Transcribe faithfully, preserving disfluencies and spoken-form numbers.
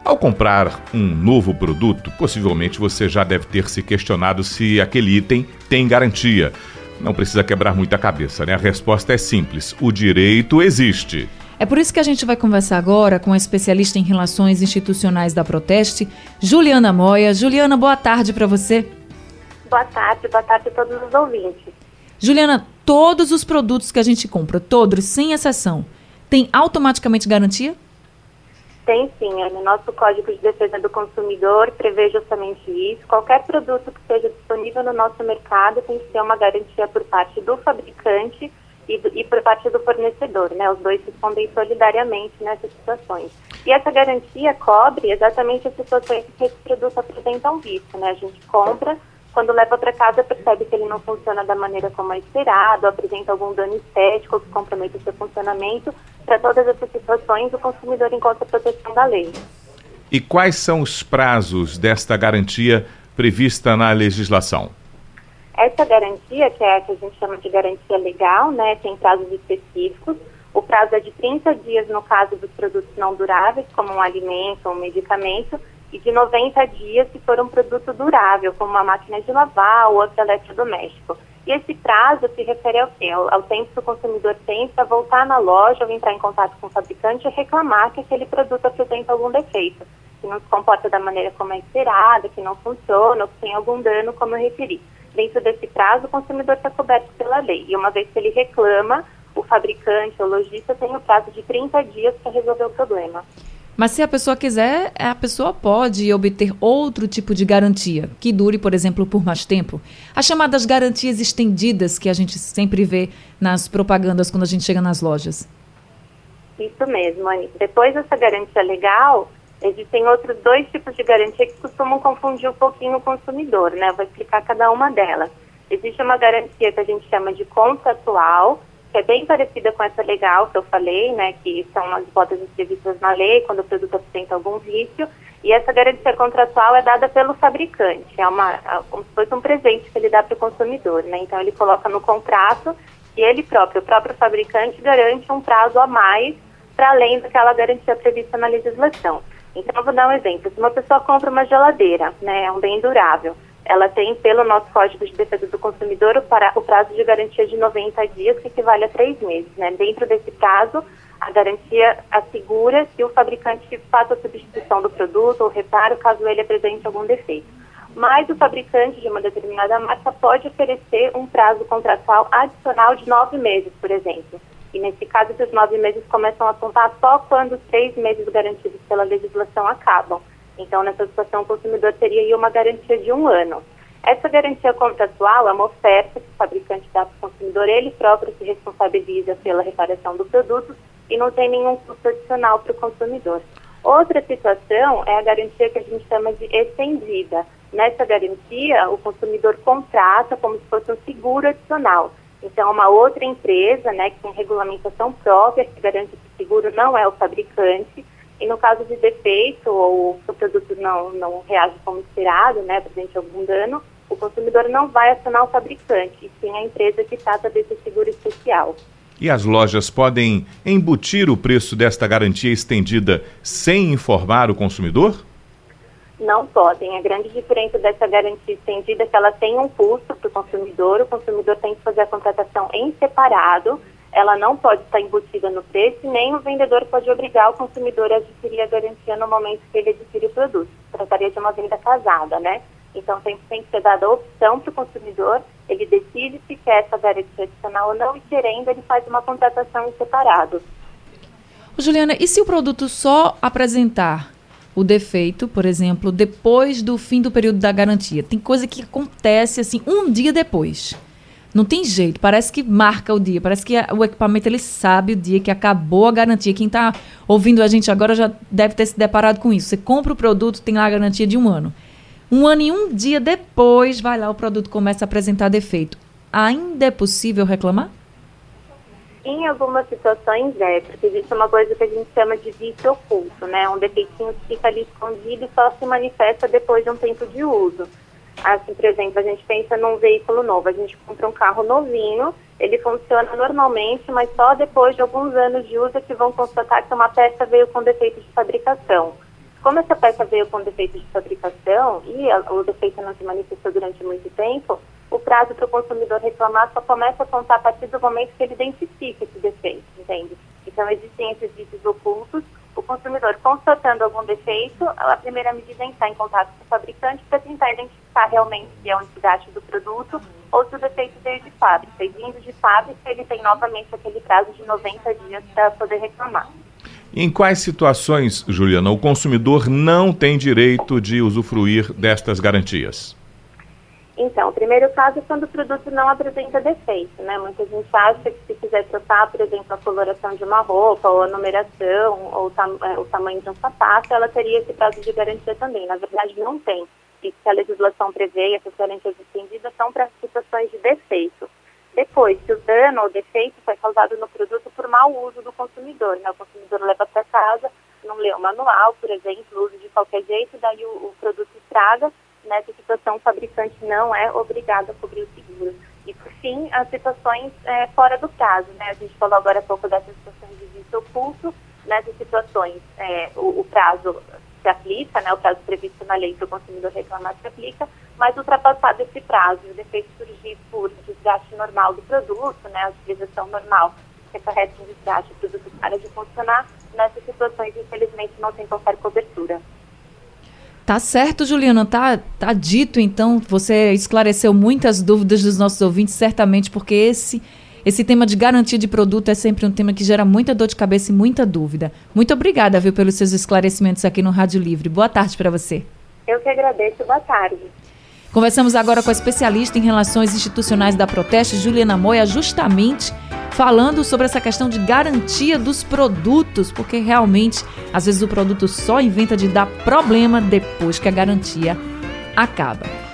Ao comprar um novo produto, possivelmente você já deve ter se questionado se aquele item tem garantia. Não precisa quebrar muita cabeça, né? A resposta é simples: o direito existe. É por isso que a gente vai conversar agora com a especialista em relações institucionais da Proteste, Juliana Moia. Juliana, boa tarde para você. Boa tarde, boa tarde a todos os ouvintes. Juliana, todos os produtos que a gente compra, todos, sem exceção, tem automaticamente garantia? Tem sim, no nosso Código de Defesa do Consumidor prevê justamente isso. Qualquer produto que esteja disponível no nosso mercado tem que ter uma garantia por parte do fabricante e, do, e por parte do fornecedor, né? Os dois respondem solidariamente nessas situações. E essa garantia cobre exatamente as situações que esse produto apresenta um risco, né? A gente compra, quando leva para casa percebe que ele não funciona da maneira como é esperado, apresenta algum dano estético que compromete o seu funcionamento. Para todas essas situações, o consumidor encontra a proteção da lei. E quais são os prazos desta garantia prevista na legislação? Essa garantia, que é a que a gente chama de garantia legal, né, tem prazos específicos. O prazo é de trinta dias no caso dos produtos não duráveis, como um alimento ou um medicamento, e de noventa dias se for um produto durável, como uma máquina de lavar ou outro eletrodoméstico. E esse prazo se refere ao quê? Ao, ao tempo que o consumidor tem para voltar na loja ou entrar em contato com o fabricante e reclamar que aquele produto apresenta algum defeito, que não se comporta da maneira como é esperada, que não funciona ou que tem algum dano, como eu referi. Dentro desse prazo, o consumidor está coberto pela lei. E uma vez que ele reclama, o fabricante ou lojista tem o prazo de trinta dias para resolver o problema. Mas se a pessoa quiser, a pessoa pode obter outro tipo de garantia, que dure, por exemplo, por mais tempo. As chamadas garantias estendidas que a gente sempre vê nas propagandas quando a gente chega nas lojas. Isso mesmo, Anny. Depois dessa garantia legal, existem outros dois tipos de garantia que costumam confundir um pouquinho o consumidor, né? Eu vou explicar cada uma delas. Existe uma garantia que a gente chama de contratual, que é bem parecida com essa legal que eu falei, né, que são as hipóteses previstas na lei quando o produto apresenta algum vício, e essa garantia contratual é dada pelo fabricante, é uma, como se fosse um presente que ele dá para o consumidor, né, então ele coloca no contrato e ele próprio, o próprio fabricante garante um prazo a mais para além daquela garantia prevista na legislação. Então eu vou dar um exemplo: se uma pessoa compra uma geladeira, né, é um bem durável, ela tem, pelo nosso Código de Defesa do Consumidor, o, para, o prazo de garantia de noventa dias, que equivale a três meses. Né? Dentro desse prazo, a garantia assegura que o fabricante faça a substituição do produto ou reparo caso ele apresente algum defeito. Mas o fabricante de uma determinada marca pode oferecer um prazo contratual adicional de nove meses, por exemplo. E nesse caso, esses nove meses começam a contar só quando os três meses garantidos pela legislação acabam. Então, nessa situação, o consumidor teria aí uma garantia de um ano. Essa garantia contratual é uma oferta que o fabricante dá para o consumidor, ele próprio se responsabiliza pela reparação do produto e não tem nenhum custo adicional para o consumidor. Outra situação é a garantia que a gente chama de estendida. Nessa garantia, o consumidor contrata como se fosse um seguro adicional. Então, uma outra empresa, né, que tem regulamentação própria, que garante que o seguro não é o fabricante. E no caso de defeito ou se o produto não, não reage como esperado, né, presente algum dano, o consumidor não vai acionar o fabricante, e sim a empresa que trata desse seguro especial. E as lojas podem embutir o preço desta garantia estendida sem informar o consumidor? Não podem. A grande diferença dessa garantia estendida é que ela tem um custo para o consumidor, o consumidor tem que fazer a contratação em separado, ela não pode estar embutida no preço, nem o vendedor pode obrigar o consumidor a adquirir a garantia no momento que ele adquire o produto. Trataria de uma venda casada, né? Então, sempre tem que ser dada a opção para o consumidor, ele decide se quer essa garantia adicional ou não, e querendo, ele faz uma contratação em separado. Juliana, e se o produto só apresentar o defeito, por exemplo, depois do fim do período da garantia? Tem coisa que acontece, assim, um dia depois. Não tem jeito, parece que marca o dia, parece que o equipamento ele sabe o dia que acabou a garantia. Quem está ouvindo a gente agora já deve ter se deparado com isso. Você compra o produto, tem lá a garantia de um ano. Um ano e um dia depois, vai lá, o produto começa a apresentar defeito. Ainda é possível reclamar? Em algumas situações é, porque existe uma coisa que a gente chama de vício oculto, né? Um defeitinho que fica ali escondido e só se manifesta depois de um tempo de uso. Assim, por exemplo, a gente pensa num veículo novo, a gente compra um carro novinho, ele funciona normalmente, mas só depois de alguns anos de uso é que vão constatar que uma peça veio com defeito de fabricação. Como essa peça veio com defeito de fabricação e a, o defeito não se manifestou durante muito tempo, o prazo para o consumidor reclamar só começa a contar a partir do momento que ele identifica esse defeito, entende? Então, existem esses vícios ocultos. O consumidor constatando algum defeito, a primeira medida é entrar em contato com o fabricante para tentar identificar realmente se é um desgaste do produto ou se o defeito veio de fábrica. E vindo de fábrica, ele tem novamente aquele prazo de noventa dias para poder reclamar. Em quais situações, Juliana, o consumidor não tem direito de usufruir destas garantias? Então, o primeiro caso é quando o produto não apresenta defeito, né? Muita gente acha que se quiser trocar, por exemplo, a coloração de uma roupa, ou a numeração, ou tam- o tamanho de um sapato, ela teria esse prazo de garantia também. Na verdade, não tem. Isso que a legislação prevê, e essas garantias estendidas são para situações de defeito. Depois, se o dano ou defeito foi causado no produto por mau uso do consumidor, né? O consumidor leva para casa, não lê o manual, por exemplo, usa de qualquer jeito, daí o, o produto estraga. Nessa situação, o fabricante não é obrigado a cobrir o seguro. E, por fim, as situações é, fora do prazo, né? A gente falou agora há pouco dessas situações de vício oculto. Nessas situações, é, o, o prazo se aplica, né? O prazo previsto na lei para o consumidor reclamar se aplica, mas ultrapassado esse prazo, o defeito surgir por desgaste normal do produto, né? A utilização normal que acarreta um desgaste, o produto para de funcionar. Nessas situações, infelizmente, não tem qualquer cobertura. Tá certo, Juliana, tá, tá dito, então, você esclareceu muitas dúvidas dos nossos ouvintes, certamente, porque esse, esse tema de garantia de produto é sempre um tema que gera muita dor de cabeça e muita dúvida. Muito obrigada, viu, pelos seus esclarecimentos aqui no Rádio Livre. Boa tarde para você. Eu que agradeço, boa tarde. Conversamos agora com a especialista em relações institucionais da Proteste, Juliana Moia, justamente falando sobre essa questão de garantia dos produtos, porque realmente, às vezes o produto só inventa de dar problema depois que a garantia acaba.